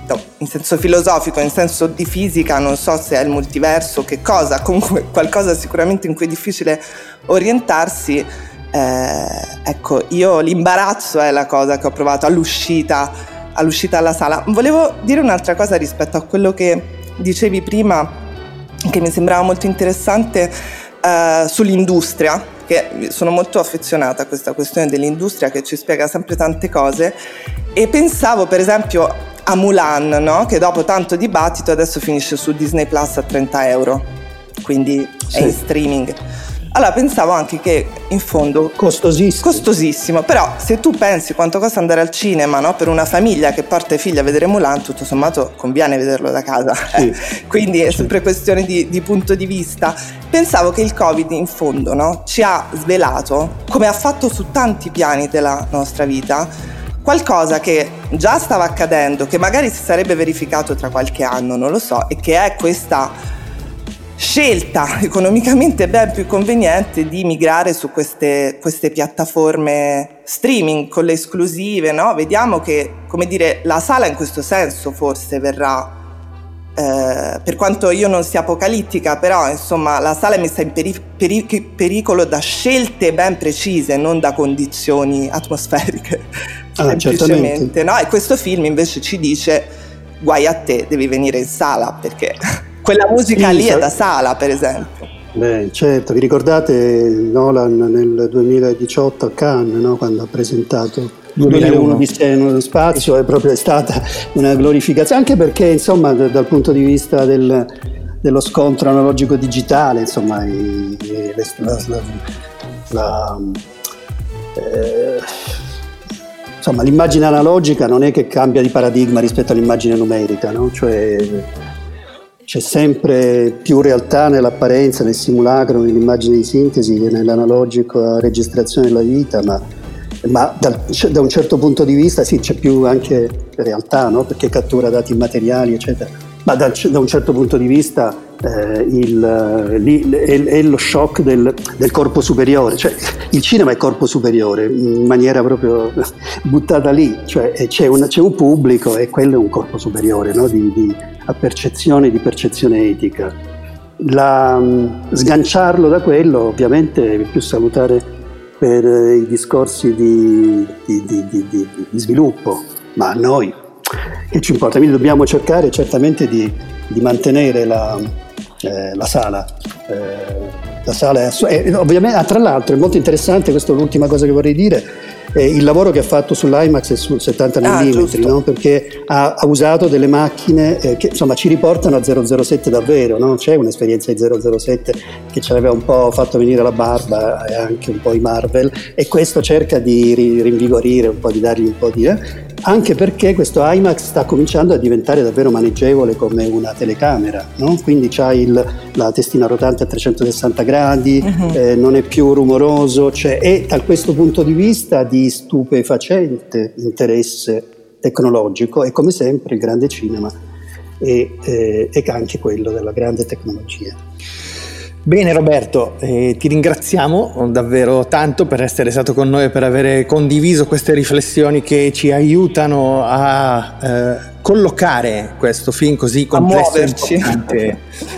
in senso filosofico, in senso di fisica, non so se è il multiverso, che cosa, comunque qualcosa sicuramente in cui è difficile orientarsi. Ecco, io l'imbarazzo è la cosa che ho provato all'uscita alla sala. Volevo dire un'altra cosa rispetto a quello che dicevi prima, che mi sembrava molto interessante, sull'industria, che sono molto affezionata a questa questione dell'industria che ci spiega sempre tante cose, e pensavo per esempio a Mulan, no? Che dopo tanto dibattito adesso finisce su Disney Plus a 30 euro, quindi è in streaming. Allora pensavo anche che in fondo costosissimo, però se tu pensi quanto costa andare al cinema, no? Per una famiglia che porta i figli a vedere Mulan, tutto sommato conviene vederlo da casa, quindi è sempre questione di punto di vista. Pensavo che il Covid in fondo, no? Ci ha svelato, come ha fatto su tanti piani della nostra vita, qualcosa che già stava accadendo, che magari si sarebbe verificato tra qualche anno, non lo so, e che è questa scelta economicamente ben più conveniente di migrare su queste piattaforme streaming con le esclusive, no? Vediamo che, come dire, la sala in questo senso forse verrà, per quanto io non sia apocalittica, però insomma la sala è messa in pericolo da scelte ben precise, non da condizioni atmosferiche, semplicemente, no? E questo film invece ci dice: guai a te, devi venire in sala, perché quella musica lì è da sala, per esempio. Beh, certo, vi ricordate Nolan nel 2018 a Cannes, no? Quando ha presentato 2001 Odissea nello spazio, è proprio stata una glorificazione, anche perché insomma dal punto di vista dello scontro analogico digitale, insomma insomma l'immagine analogica non è che cambia di paradigma rispetto all'immagine numerica, no? Cioè c'è sempre più realtà nell'apparenza, nel simulacro, nell'immagine di sintesi che nell'analogico registrazione della vita, ma da un certo punto di vista sì, c'è più anche realtà, no? Perché cattura dati immateriali, eccetera. Ma da un certo punto di vista è lo shock del corpo superiore, cioè il cinema è corpo superiore in maniera proprio buttata lì, cioè c'è un pubblico e quello è un corpo superiore, no? A percezione, di percezione etica. Sganciarlo da quello ovviamente è più salutare per i discorsi di sviluppo, ma a noi che ci importa? Quindi dobbiamo cercare certamente di mantenere la sala. La sala è ovviamente, tra l'altro è molto interessante, questa è l'ultima cosa che vorrei dire, il lavoro che ha fatto sull'IMAX e sul 70 mm, no? Perché ha usato delle macchine che insomma ci riportano a 007 davvero, no? C'è un'esperienza di 007 che ci aveva un po' fatto venire la barba, e anche un po' i Marvel, e questo cerca di rinvigorire un po', di dargli un po' di anche perché questo IMAX sta cominciando a diventare davvero maneggevole come una telecamera, no? Quindi c'hai la testina rotante a 360 gradi, non è più rumoroso, e da questo punto di vista di stupefacente interesse tecnologico, e come sempre il grande cinema è anche quello della grande tecnologia. Bene Roberto, ti ringraziamo davvero tanto per essere stato con noi e per aver condiviso queste riflessioni che ci aiutano a collocare questo film così complesso e importante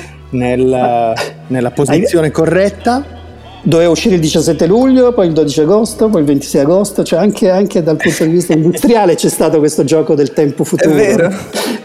nella posizione corretta. Doveva uscire il 17 luglio, poi il 12 agosto, poi il 26 agosto, cioè anche dal punto di vista industriale c'è stato questo gioco del tempo futuro. È vero.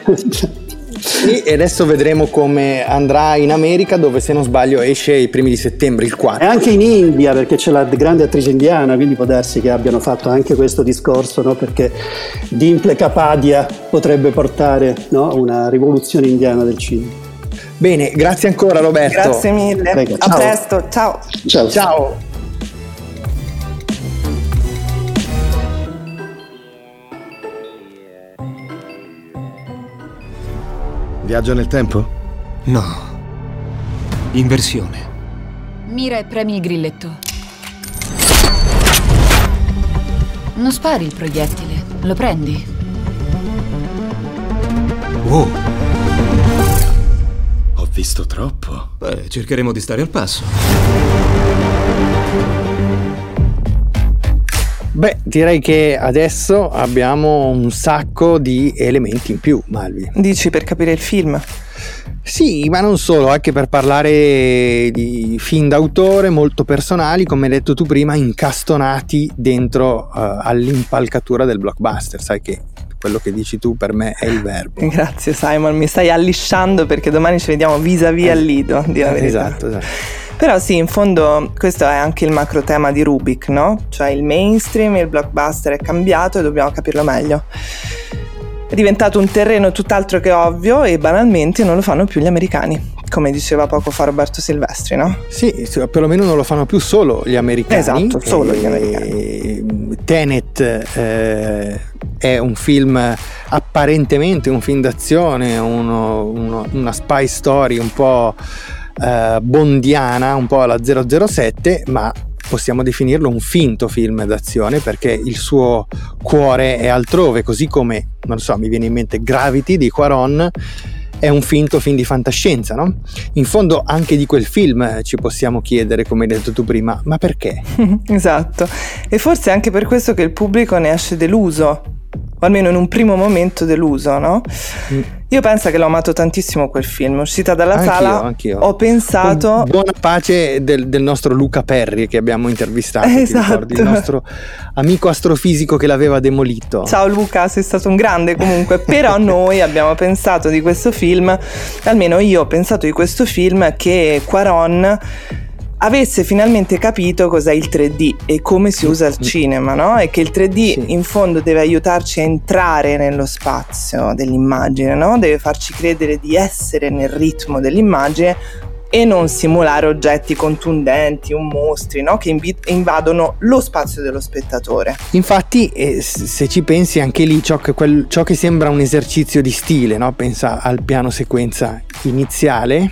E adesso vedremo come andrà in America, dove se non sbaglio esce i primi di settembre, il 4. E anche in India, perché c'è la grande attrice indiana, quindi può darsi che abbiano fatto anche questo discorso, no? Perché Dimple Kapadia potrebbe portare, no? Una rivoluzione indiana del cinema. Bene, grazie ancora Roberto. Grazie mille. Prego, a presto, ciao. Ciao. Viaggio nel tempo? No. Inversione. Mira e premi il grilletto. Non spari il proiettile, lo prendi. Wow. Ho visto troppo. Beh, cercheremo di stare al passo. Beh, direi che adesso abbiamo un sacco di elementi in più, Malvi. Dici per capire il film? Sì, ma non solo, anche per parlare di film d'autore molto personali, come hai detto tu prima, incastonati dentro all'impalcatura del blockbuster. Sai che quello che dici tu per me è il verbo. Grazie Simon, mi stai allisciando perché domani ci vediamo vis-à-vis al Lido, di la verità. Esatto. Però sì, in fondo questo è anche il macro tema di Rubik, no? Cioè il mainstream, il blockbuster è cambiato e dobbiamo capirlo meglio. È diventato un terreno tutt'altro che ovvio e banalmente non lo fanno più gli americani, come diceva poco fa Roberto Silvestri, no? Sì, perlomeno non lo fanno più solo gli americani. Esatto, solo gli americani. Tenet è un film apparentemente un film d'azione, una spy story un po' bondiana, un po' alla 007, ma possiamo definirlo un finto film d'azione perché il suo cuore è altrove, così come, non so, mi viene in mente Gravity di Cuarón è un finto film di fantascienza, no? In fondo anche di quel film ci possiamo chiedere, come hai detto tu prima, ma perché? Esatto, e forse è anche per questo che il pubblico ne esce deluso, o almeno in un primo momento deluso, no? Io penso che l'ho amato tantissimo quel film, uscita dalla sala anch'io. Ho pensato... Buona pace del nostro Luca Perri che abbiamo intervistato, esatto. Ti ricordi? Il nostro amico astrofisico che l'aveva demolito. Ciao Luca, sei stato un grande comunque, però noi abbiamo pensato di questo film, almeno io ho pensato di questo film che Cuarón avesse finalmente capito cos'è il 3D e come si usa il cinema, no? E che il 3D in fondo deve aiutarci a entrare nello spazio dell'immagine, no? Deve farci credere di essere nel ritmo dell'immagine e non simulare oggetti contundenti o mostri, no? Che invadono lo spazio dello spettatore. Infatti, se ci pensi anche lì ciò che sembra un esercizio di stile, no? Pensa al piano sequenza iniziale,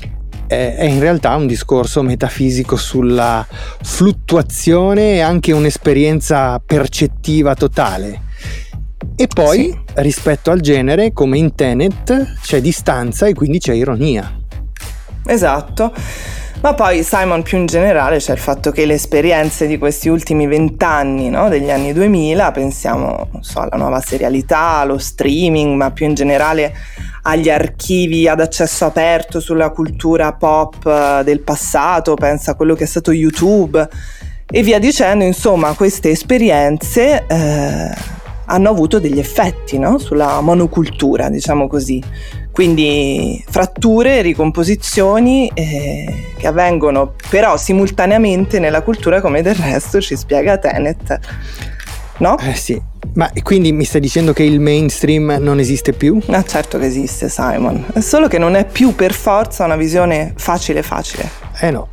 è in realtà un discorso metafisico sulla fluttuazione e anche un'esperienza percettiva totale. E poi rispetto al genere, come in Tenet, c'è distanza e quindi c'è ironia. Esatto. Ma poi Simon, più in generale c'è il fatto che le esperienze di questi ultimi 20 anni, no, degli anni 2000, pensiamo, non so, alla nuova serialità, allo streaming, ma più in generale agli archivi ad accesso aperto sulla cultura pop del passato, pensa a quello che è stato YouTube e via dicendo. Insomma, queste esperienze hanno avuto degli effetti, no, sulla monocultura, diciamo così. Quindi fratture, ricomposizioni che avvengono però simultaneamente nella cultura, come del resto ci spiega Tenet, no? Sì, ma quindi mi stai dicendo che il mainstream non esiste più? Ah, certo che esiste, Simon, è solo che non è più per forza una visione facile. No.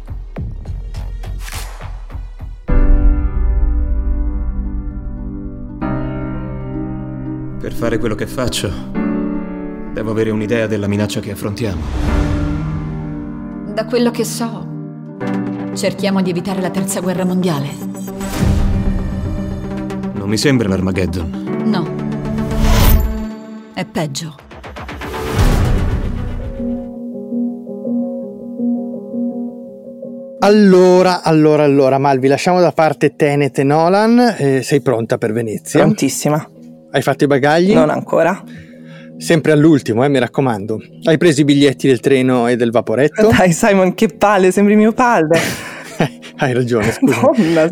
Per fare quello che faccio devo avere un'idea della minaccia che affrontiamo. Da quello che so, cerchiamo di evitare la terza guerra mondiale. Non mi sembra l'Armageddon. No. È peggio. Allora, Malvi, lasciamo da parte Tenet e Nolan. Sei pronta per Venezia? Prontissima. Hai fatto i bagagli? Non ancora. Sempre all'ultimo, mi raccomando. Hai preso i biglietti del treno e del vaporetto? Dai Simon, che palle, sembri mio padre. Hai ragione, scusa.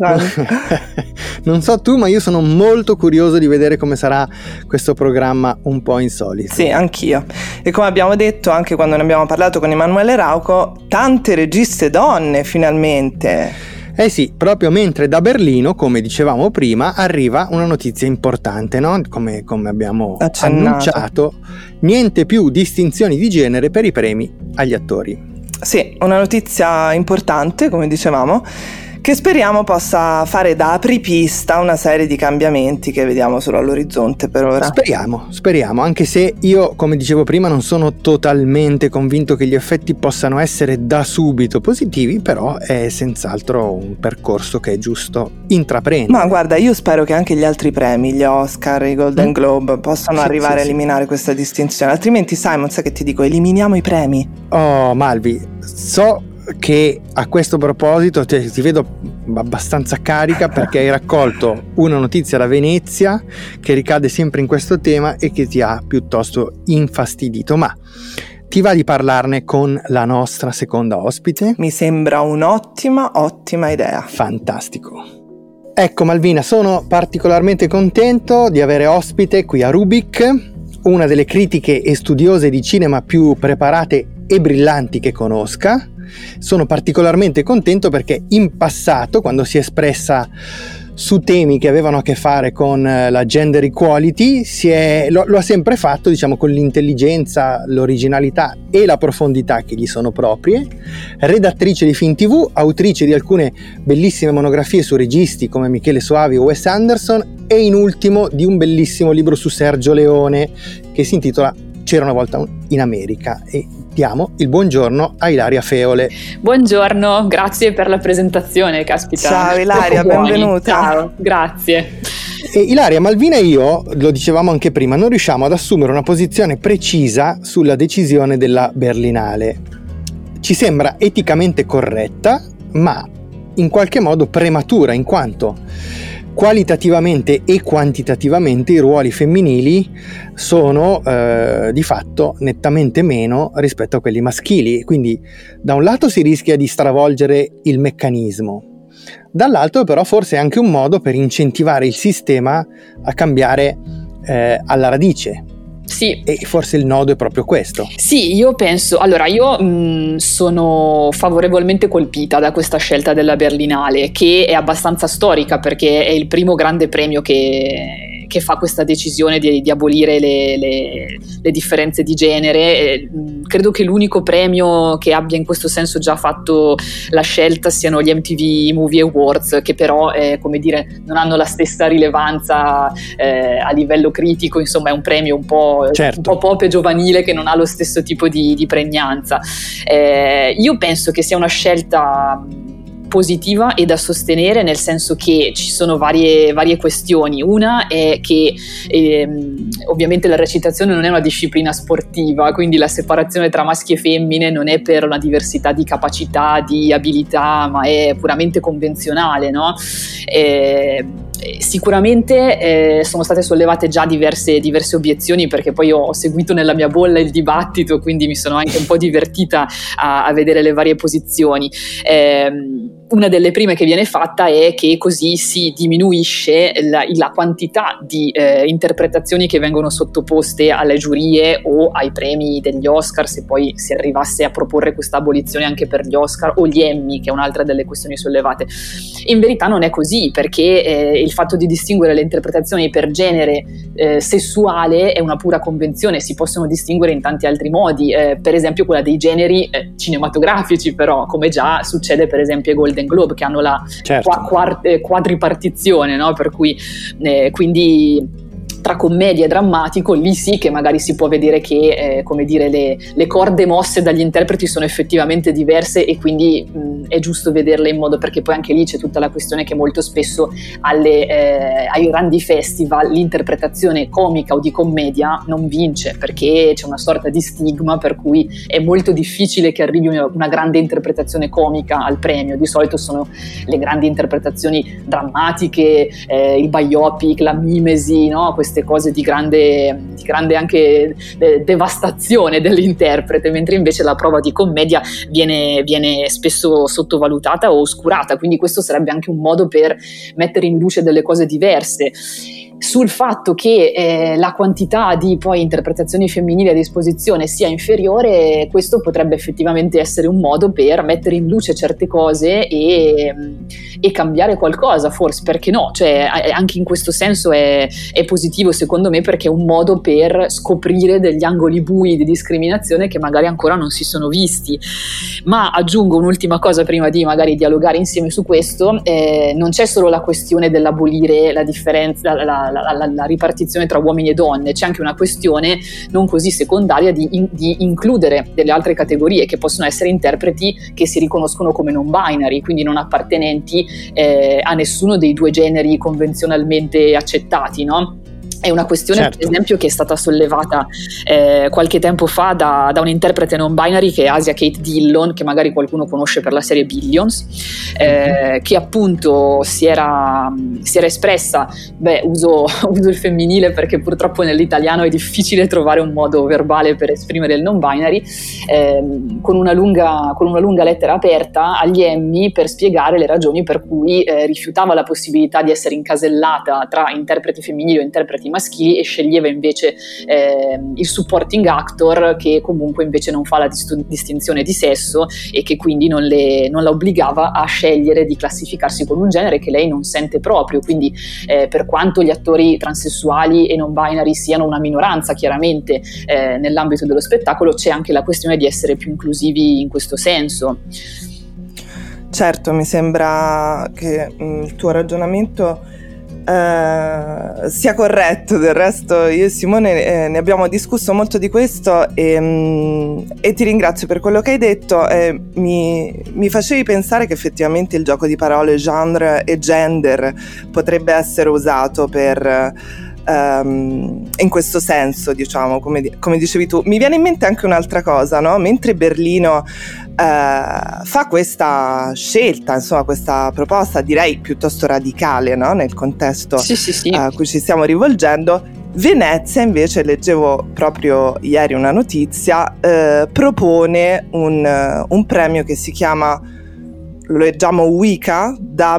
Non so tu, ma io sono molto curioso di vedere come sarà questo programma un po' insolito. Sì, anch'io. E come abbiamo detto anche quando ne abbiamo parlato con Emanuele Rauco, tante registe donne finalmente. Eh sì, proprio mentre da Berlino, come dicevamo prima, arriva una notizia importante, no? Come abbiamo annunciato, niente più distinzioni di genere per i premi agli attori. Sì, una notizia importante, come dicevamo, che speriamo possa fare da apripista una serie di cambiamenti che vediamo solo all'orizzonte per ora. Speriamo, anche se io, come dicevo prima, non sono totalmente convinto che gli effetti possano essere da subito positivi, però è senz'altro un percorso che è giusto intraprendere. Ma guarda, io spero che anche gli altri premi, gli Oscar, i Golden Globe, possano arrivare a eliminare questa distinzione, altrimenti Simon, sai che ti dico, eliminiamo i premi. Oh Malvi, so che a questo proposito ti vedo abbastanza carica, perché hai raccolto una notizia da Venezia che ricade sempre in questo tema e che ti ha piuttosto infastidito, ma ti va di parlarne con la nostra seconda ospite? Mi sembra un'ottima idea. Fantastico. Ecco Malvina, sono particolarmente contento di avere ospite qui a Rubik una delle critiche e studiose di cinema più preparate e brillanti che conosca. Sono particolarmente contento perché in passato, quando si è espressa su temi che avevano a che fare con la gender equality, lo ha sempre fatto, diciamo, con l'intelligenza, l'originalità e la profondità che gli sono proprie. Redattrice di film TV, autrice di alcune bellissime monografie su registi come Michele Soavi o Wes Anderson, e in ultimo di un bellissimo libro su Sergio Leone che si intitola C'era una volta in America. E diamo il buongiorno a Ilaria Feole. Buongiorno, grazie per la presentazione, caspita. Ciao Ilaria, benvenuta. Ciao, grazie. E Ilaria, Malvina e io, lo dicevamo anche prima, non riusciamo ad assumere una posizione precisa sulla decisione della Berlinale. Ci sembra eticamente corretta, ma in qualche modo prematura, in quanto qualitativamente e quantitativamente i ruoli femminili sono di fatto nettamente meno rispetto a quelli maschili, quindi da un lato si rischia di stravolgere il meccanismo, dall'altro però forse è anche un modo per incentivare il sistema a cambiare alla radice. Sì. E forse il nodo è proprio questo. Sì, io penso, allora io sono favorevolmente colpita da questa scelta della Berlinale, che è abbastanza storica perché è il primo grande premio che fa questa decisione di abolire le differenze di genere. Credo che l'unico premio che abbia in questo senso già fatto la scelta siano gli MTV Movie Awards, che però come dire, non hanno la stessa rilevanza a livello critico, insomma è un premio un po' pop e giovanile che non ha lo stesso tipo di pregnanza. Io penso che sia una scelta positiva e da sostenere, nel senso che ci sono varie questioni. Una è che ovviamente la recitazione non è una disciplina sportiva, quindi la separazione tra maschi e femmine non è per una diversità di capacità, di abilità, ma è puramente convenzionale, no? Sicuramente sono state sollevate già diverse obiezioni, perché poi ho seguito nella mia bolla il dibattito, quindi mi sono anche un po' divertita a vedere le varie posizioni. Una delle prime che viene fatta è che così si diminuisce la quantità di interpretazioni che vengono sottoposte alle giurie o ai premi degli Oscar, se poi si arrivasse a proporre questa abolizione anche per gli Oscar o gli Emmy, che è un'altra delle questioni sollevate. In verità non è così, perché il fatto di distinguere le interpretazioni per genere sessuale è una pura convenzione, si possono distinguere in tanti altri modi, per esempio quella dei generi cinematografici, però, come già succede per esempio ai Golden Globe, che hanno la quadripartizione, no? Per cui quindi tra commedia e drammatico, lì sì che magari si può vedere che come dire, le corde mosse dagli interpreti sono effettivamente diverse, e quindi è giusto vederle in modo, perché poi anche lì c'è tutta la questione che molto spesso ai grandi festival l'interpretazione comica o di commedia non vince, perché c'è una sorta di stigma per cui è molto difficile che arrivi una grande interpretazione comica al premio. Di solito sono le grandi interpretazioni drammatiche, il biopic, la mimesi, no? Queste cose di grande anche devastazione dell'interprete, mentre invece la prova di commedia viene spesso sottovalutata o oscurata, quindi questo sarebbe anche un modo per mettere in luce delle cose diverse. Sul fatto che la quantità di poi interpretazioni femminili a disposizione sia inferiore, questo potrebbe effettivamente essere un modo per mettere in luce certe cose e cambiare qualcosa, forse, perché no? Cioè, anche in questo senso è positivo secondo me, perché è un modo per scoprire degli angoli bui di discriminazione che magari ancora non si sono visti. Ma aggiungo un'ultima cosa prima di magari dialogare insieme su questo: non c'è solo la questione dell'abolire la differenza, la ripartizione tra uomini e donne, c'è anche una questione non così secondaria di includere delle altre categorie, che possono essere interpreti che si riconoscono come non binary, quindi non appartenenti a nessuno dei due generi convenzionalmente accettati, no? È una questione, certo, per esempio, che è stata sollevata qualche tempo fa da un interprete non binary che è Asia Kate Dillon, che magari qualcuno conosce per la serie Billions, che appunto si era espressa, uso il femminile perché purtroppo nell'italiano è difficile trovare un modo verbale per esprimere il non binary, con una lunga lettera aperta agli Emmy per spiegare le ragioni per cui rifiutava la possibilità di essere incasellata tra interpreti femminili o interpreti maschili e sceglieva invece il supporting actor, che comunque invece non fa la distinzione di sesso e che quindi non la obbligava a scegliere di classificarsi con un genere che lei non sente proprio. Quindi per quanto gli attori transessuali e non binary siano una minoranza chiaramente nell'ambito dello spettacolo, c'è anche la questione di essere più inclusivi in questo senso. Certo, mi sembra che il tuo ragionamento sia corretto. Del resto io e Simone ne abbiamo discusso molto di questo e ti ringrazio per quello che hai detto. Mi facevi pensare che effettivamente il gioco di parole genre e gender potrebbe essere usato per in questo senso, diciamo, come dicevi tu. Mi viene in mente anche un'altra cosa, no? Mentre Berlino fa questa scelta, insomma questa proposta direi piuttosto radicale, no? Nel contesto sì. a cui ci stiamo rivolgendo, Venezia invece, leggevo proprio ieri una notizia, propone un premio che si chiama, lo leggiamo WICA,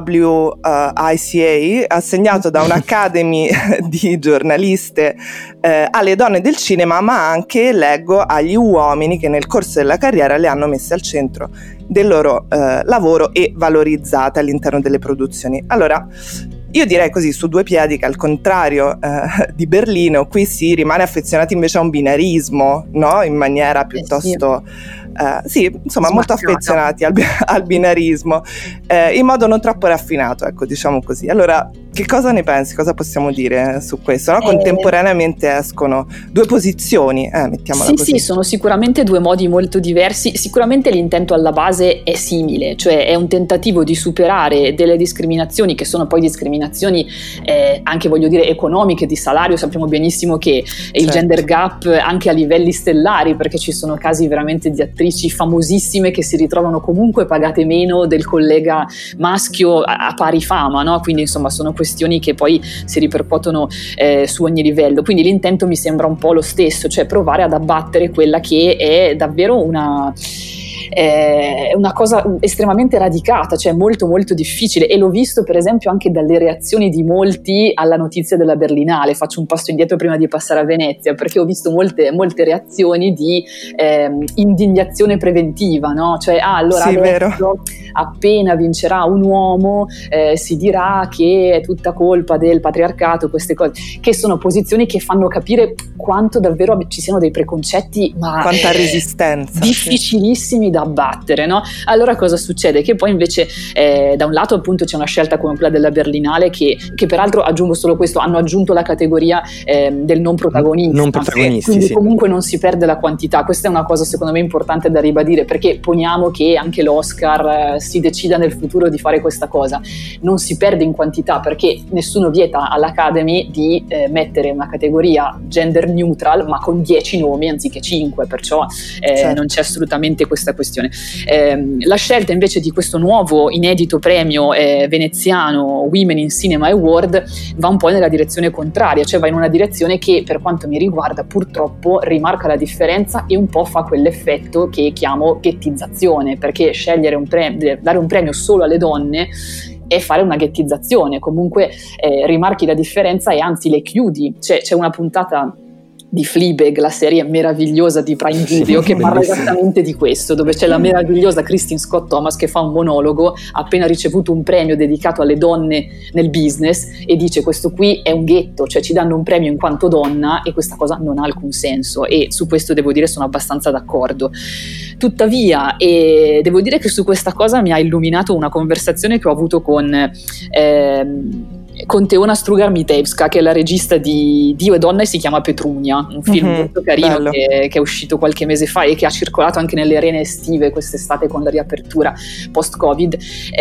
WICA, assegnato da un'Academy di giornaliste alle donne del cinema, ma anche, leggo, agli uomini che nel corso della carriera le hanno messe al centro del loro lavoro e valorizzate all'interno delle produzioni. Allora, io direi così su due piedi che al contrario di Berlino, qui si rimane affezionati invece a un binarismo, no? In maniera piuttosto molto affezionati al binarismo, in modo non troppo raffinato, ecco, diciamo così. Allora, che cosa ne pensi? Cosa possiamo dire su questo? No? Contemporaneamente escono due posizioni, mettiamola così. Sì, sono sicuramente due modi molto diversi. Sicuramente l'intento alla base è simile, cioè è un tentativo di superare delle discriminazioni che sono poi discriminazioni anche, voglio dire, economiche, di salario. Sappiamo benissimo che il gender gap anche a livelli stellari, perché ci sono casi veramente di attrici famosissime che si ritrovano comunque pagate meno del collega maschio a pari fama, no? Quindi insomma sono questioni che poi si ripercuotono su ogni livello. Quindi l'intento mi sembra un po' lo stesso, cioè provare ad abbattere quella che è davvero una cosa estremamente radicata, cioè molto molto difficile, e l'ho visto per esempio anche dalle reazioni di molti alla notizia della Berlinale. Faccio un passo indietro prima di passare a Venezia, perché ho visto molte reazioni di indignazione preventiva, no? Cioè allora sì, adesso, appena vincerà un uomo, si dirà che è tutta colpa del patriarcato, queste cose, che sono posizioni che fanno capire quanto davvero ci siano dei preconcetti, ma quanta resistenza, difficilissimi da abbattere, no? Allora cosa succede? Che poi invece da un lato appunto c'è una scelta come quella della Berlinale che peraltro, aggiungo solo questo, hanno aggiunto la categoria del non protagonista, quindi comunque non si perde la quantità. Questa è una cosa secondo me importante da ribadire, perché poniamo che anche l'Oscar si decida nel futuro di fare questa cosa, non si perde in quantità, perché nessuno vieta all'Academy di mettere una categoria gender neutral ma con 10 nomi anziché 5, perciò non c'è assolutamente questa questione. La scelta invece di questo nuovo inedito premio veneziano Women in Cinema Award va un po' nella direzione contraria, cioè va in una direzione che, per quanto mi riguarda, purtroppo rimarca la differenza e un po' fa quell'effetto che chiamo ghettizzazione, perché scegliere dare un premio solo alle donne è fare una ghettizzazione. Comunque rimarchi la differenza e anzi le chiudi. C'è una puntata di Fleabag, la serie meravigliosa di Prime Video, che parla esattamente di questo, dove c'è la meravigliosa Kristen Scott Thomas che fa un monologo appena ricevuto un premio dedicato alle donne nel business e dice: questo qui è un ghetto, cioè ci danno un premio in quanto donna e questa cosa non ha alcun senso. E su questo devo dire sono abbastanza d'accordo. Tuttavia, devo dire che su questa cosa mi ha illuminato una conversazione che ho avuto con con Teona Strugar-Mitevska, che è la regista di Dio e Donna e si chiama Petrunia, un film molto carino che è uscito qualche mese fa e che ha circolato anche nelle arene estive quest'estate con la riapertura post-Covid,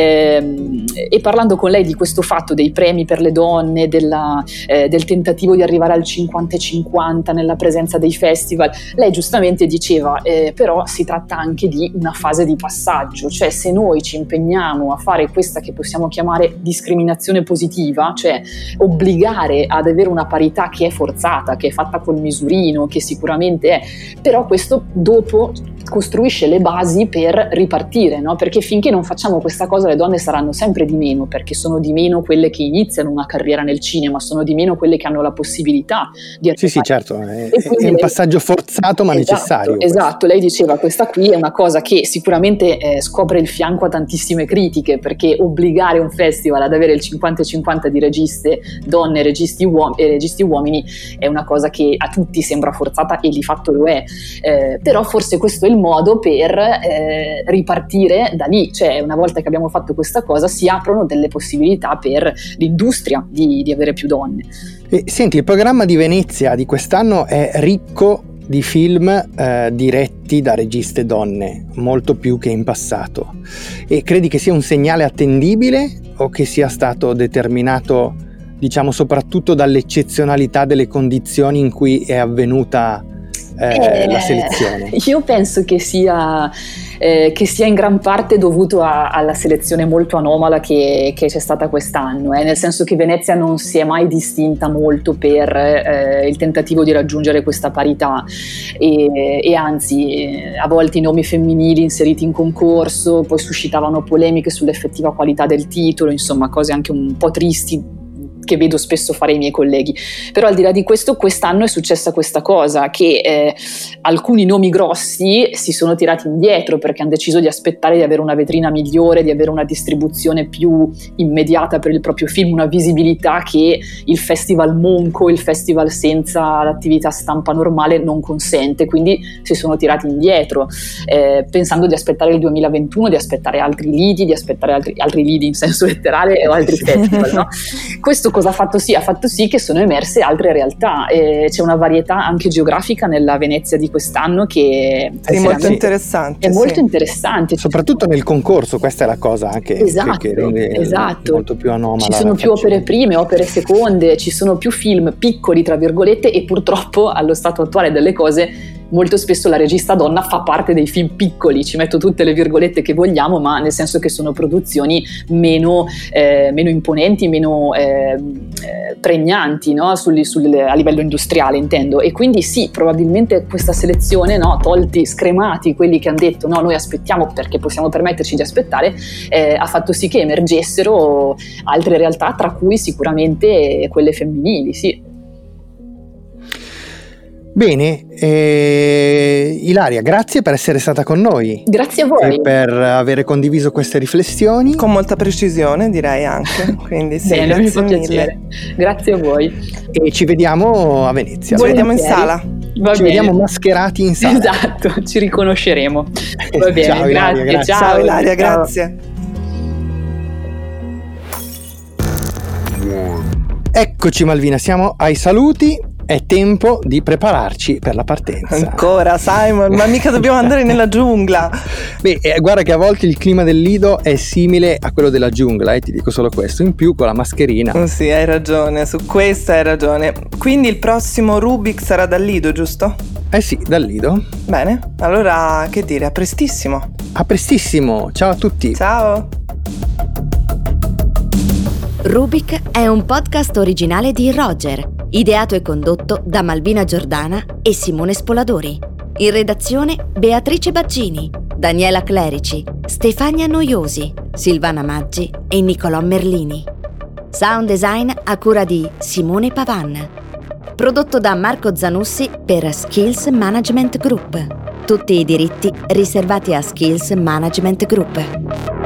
e parlando con lei di questo fatto dei premi per le donne, del tentativo di arrivare al 50-50 nella presenza dei festival, lei giustamente diceva però si tratta anche di una fase di passaggio, cioè se noi ci impegniamo a fare questa che possiamo chiamare discriminazione positiva, cioè obbligare ad avere una parità che è forzata, che è fatta col misurino, che sicuramente è, però questo dopo costruisce le basi per ripartire, no? Perché finché non facciamo questa cosa le donne saranno sempre di meno, perché sono di meno quelle che iniziano una carriera nel cinema, sono di meno quelle che hanno la possibilità di arrivare. Sì, certo, è un passaggio forzato ma necessario. Esatto, lei diceva questa qui è una cosa che sicuramente scopre il fianco a tantissime critiche, perché obbligare un festival ad avere il 50-50 di registe donne e registi uomini è una cosa che a tutti sembra forzata e di fatto lo è, però forse questo è il modo per ripartire da lì, cioè una volta che abbiamo fatto questa cosa si aprono delle possibilità per l'industria di avere più donne. Senti, il programma di Venezia di quest'anno è ricco di film diretti da registe donne, molto più che in passato, e credi che sia un segnale attendibile o che sia stato determinato, diciamo, soprattutto dall'eccezionalità delle condizioni in cui è avvenuta la selezione? Io penso che sia in gran parte dovuto alla selezione molto anomala che c'è stata quest'anno, nel senso che Venezia non si è mai distinta molto per il tentativo di raggiungere questa parità e anzi a volte i nomi femminili inseriti in concorso poi suscitavano polemiche sull'effettiva qualità del titolo, insomma cose anche un po' tristi che vedo spesso fare i miei colleghi. Però al di là di questo, quest'anno è successa questa cosa, che alcuni nomi grossi si sono tirati indietro perché hanno deciso di aspettare di avere una vetrina migliore, di avere una distribuzione più immediata per il proprio film, una visibilità che il festival monco, il festival senza l'attività stampa normale non consente, quindi si sono tirati indietro pensando di aspettare il 2021, di aspettare altri lidi, di aspettare altri lidi in senso letterale o altri festival, no? Questo cosa ha fatto? Ha fatto sì che sono emerse altre realtà, c'è una varietà anche geografica nella Venezia di quest'anno che è molto interessante. È molto interessante. Soprattutto nel concorso, questa è la cosa anche che rende molto più anomala. Ci sono più opere prime, opere seconde, ci sono più film piccoli tra virgolette e purtroppo allo stato attuale delle cose molto spesso la regista donna fa parte dei film piccoli, ci metto tutte le virgolette che vogliamo, ma nel senso che sono produzioni meno imponenti, meno pregnanti, no? A livello industriale intendo, e quindi sì, probabilmente questa selezione, no? Tolti, scremati quelli che hanno detto no, noi aspettiamo perché possiamo permetterci di aspettare, ha fatto sì che emergessero altre realtà, tra cui sicuramente quelle femminili, sì. Bene, Ilaria, grazie per essere stata con noi. Grazie a voi. E per aver condiviso queste riflessioni. Con molta precisione, direi anche. Quindi sì, bene, mi fa piacere. Grazie a voi. E ci vediamo a Venezia. Ci vediamo in sala. Ci vediamo mascherati in sala. Esatto, ci riconosceremo. Va bene, ciao, Ilaria, grazie. Ciao Ilaria, grazie. Eccoci Malvina, siamo ai saluti. È tempo di prepararci per la partenza. Ancora Simon, ma mica dobbiamo andare nella giungla. Beh, guarda che a volte il clima del Lido è simile a quello della giungla, ti dico solo questo, in più con la mascherina. Sì, hai ragione, su questo hai ragione. Quindi il prossimo Rubik sarà dal Lido, giusto? Sì, dal Lido. Bene, allora che dire, a prestissimo. A prestissimo, ciao a tutti. Ciao. Rubik è un podcast originale di Roger, ideato e condotto da Malvina Giordana e Simone Spoladori. In redazione Beatrice Baggini, Daniela Clerici, Stefania Noiosi, Silvana Maggi e Nicolò Merlini. Sound design a cura di Simone Pavan. Prodotto da Marco Zanussi per Skills Management Group. Tutti i diritti riservati a Skills Management Group.